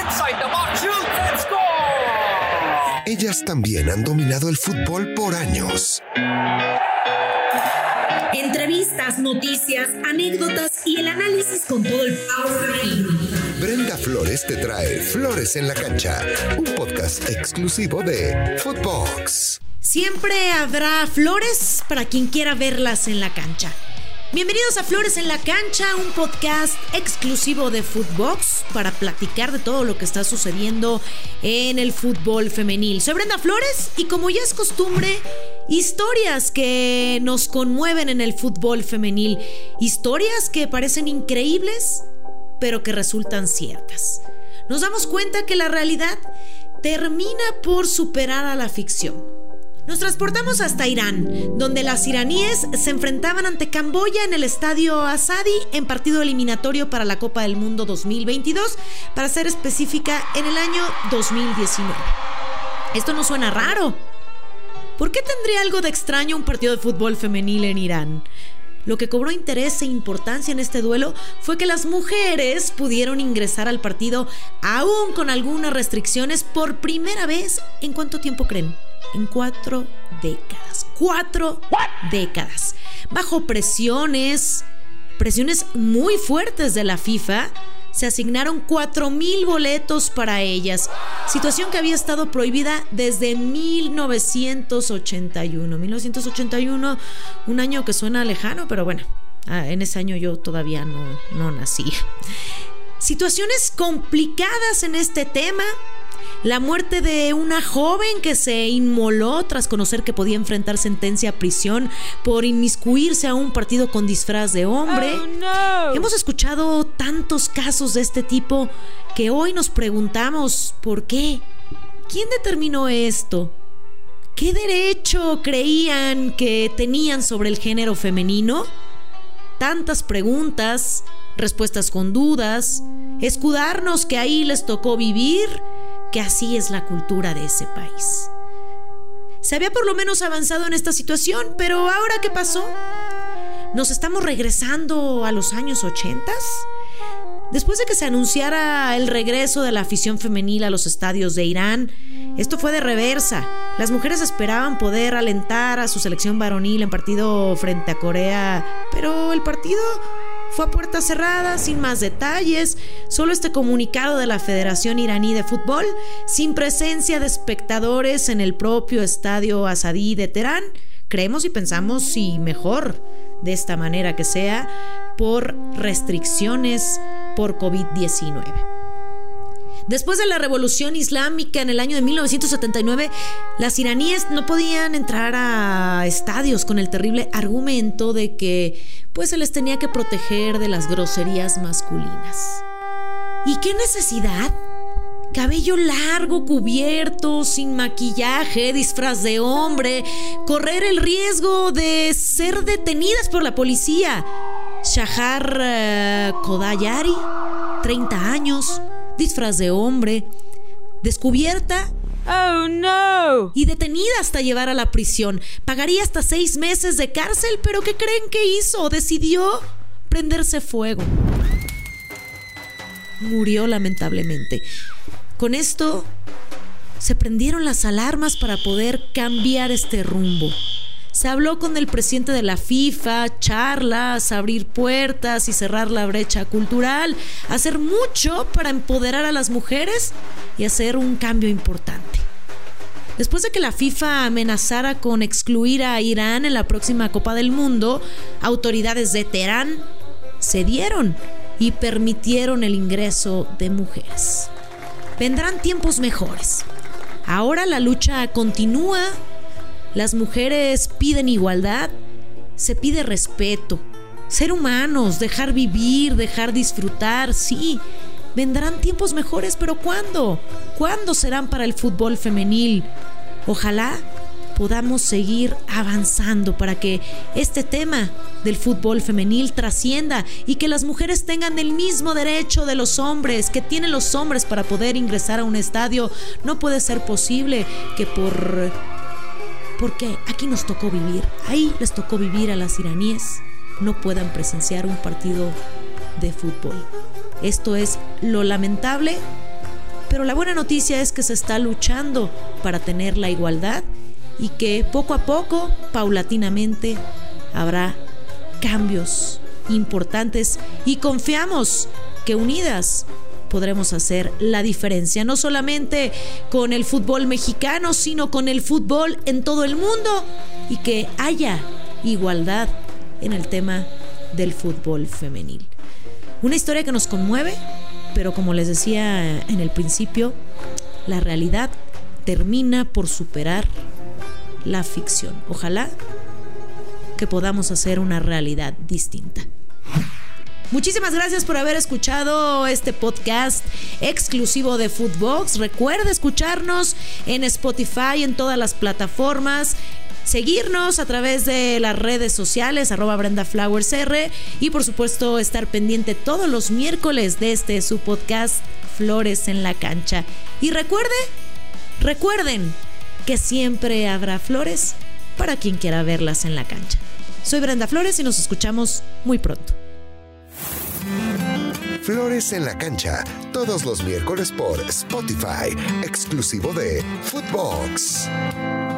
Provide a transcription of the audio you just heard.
Inside the box, shoots and score. Ellas también han dominado el fútbol por años. Entrevistas, noticias, anécdotas y el análisis con todo el power femenino. Brenda Flores te trae Flores en la Cancha, un podcast exclusivo de Footbox. Siempre habrá flores para quien quiera verlas en la cancha. Bienvenidos a Flores en la Cancha, un podcast exclusivo de Footbox para platicar de todo lo que está sucediendo en el fútbol femenil. Soy Brenda Flores y como ya es costumbre, historias que nos conmueven en el fútbol femenil. Historias que parecen increíbles, pero que resultan ciertas. Nos damos cuenta que la realidad termina por superar a la ficción. Nos transportamos hasta Irán, donde las iraníes se enfrentaban ante Camboya en el estadio Azadi en partido eliminatorio para la Copa del Mundo 2022, para ser específica, en el año 2019. Esto no suena raro. ¿Por qué tendría algo de extraño un partido de fútbol femenil en Irán? Lo que cobró interés e importancia en este duelo fue que las mujeres pudieron ingresar al partido, aún con algunas restricciones, por primera vez. ¿En cuánto tiempo creen? En 4 décadas. 4 décadas. Bajo presiones muy fuertes de la FIFA, se asignaron 4,000 boletos para ellas. Situación que había estado prohibida desde 1981. 1981, un año que suena lejano, pero bueno, en ese año yo todavía no nací. Situaciones complicadas en este tema. La muerte de una joven que se inmoló tras conocer que podía enfrentar sentencia a prisión por inmiscuirse a un partido con disfraz de hombre. Oh, no. Hemos escuchado tantos casos de este tipo que hoy nos preguntamos ¿por qué? ¿Quién determinó esto? ¿Qué derecho creían que tenían sobre el género femenino? Tantas preguntas, respuestas con dudas, escudarnos que ahí les tocó vivir, que así es la cultura de ese país. Se había por lo menos avanzado en esta situación, pero ¿ahora qué pasó? ¿Nos estamos regresando a los años 80? Después de que se anunciara el regreso de la afición femenil a los estadios de Irán, esto fue de reversa. Las mujeres esperaban poder alentar a su selección varonil en partido frente a Corea, pero el partido fue a puerta cerrada, sin más detalles, solo este comunicado de la Federación Iraní de Fútbol, sin presencia de espectadores en el propio estadio Azadi de Teherán. Creemos y pensamos, y mejor de esta manera que sea, por restricciones por COVID-19. Después de la revolución islámica en el año de 1979, las iraníes no podían entrar a estadios con el terrible argumento de que pues se les tenía que proteger de las groserías masculinas. ¿Y qué necesidad? Cabello largo, cubierto, sin maquillaje, disfraz de hombre, correr el riesgo de ser detenidas por la policía. Shahar Kodayari, 30 años, disfraz de hombre, descubierta Oh, no. y detenida hasta llevar a la prisión. Pagaría hasta 6 meses de cárcel, pero ¿qué creen que hizo? Decidió prenderse fuego. Murió lamentablemente. Con esto se prendieron las alarmas para poder cambiar este rumbo. Se habló con el presidente de la FIFA, charlas, abrir puertas y cerrar la brecha cultural, hacer mucho para empoderar a las mujeres y hacer un cambio importante. Después de que la FIFA amenazara con excluir a Irán en la próxima Copa del Mundo, autoridades de Teherán cedieron y permitieron el ingreso de mujeres. Vendrán tiempos mejores. Ahora la lucha continúa. Las mujeres piden igualdad, se pide respeto, ser humanos, dejar vivir, dejar disfrutar, sí. Vendrán tiempos mejores, pero ¿cuándo? ¿Cuándo serán para el fútbol femenil? Ojalá podamos seguir avanzando para que este tema del fútbol femenil trascienda y que las mujeres tengan el mismo derecho de los hombres que tienen los hombres para poder ingresar a un estadio. No puede ser posible que porque aquí nos tocó vivir, ahí les tocó vivir a las iraníes, no puedan presenciar un partido de fútbol. Esto es lo lamentable Pero la buena noticia es que se está luchando para tener la igualdad y que poco a poco, paulatinamente, habrá cambios importantes y confiamos que unidas podremos hacer la diferencia, no solamente con el fútbol mexicano, sino con el fútbol en todo el mundo y que haya igualdad en el tema del fútbol femenil. Una historia que nos conmueve, pero como les decía en el principio, la realidad termina por superar la ficción. Ojalá que podamos hacer una realidad distinta. Muchísimas gracias por haber escuchado este podcast exclusivo de Footbox. Recuerda escucharnos en Spotify, en todas las plataformas, seguirnos a través de las redes sociales @BrendaFlowersR y por supuesto estar pendiente todos los miércoles de su podcast Flores en la Cancha. Y recuerden que siempre habrá flores para quien quiera verlas en la cancha. Soy Brenda Flores y nos escuchamos muy pronto. Flores en la Cancha, todos los miércoles por Spotify, exclusivo de Footbox.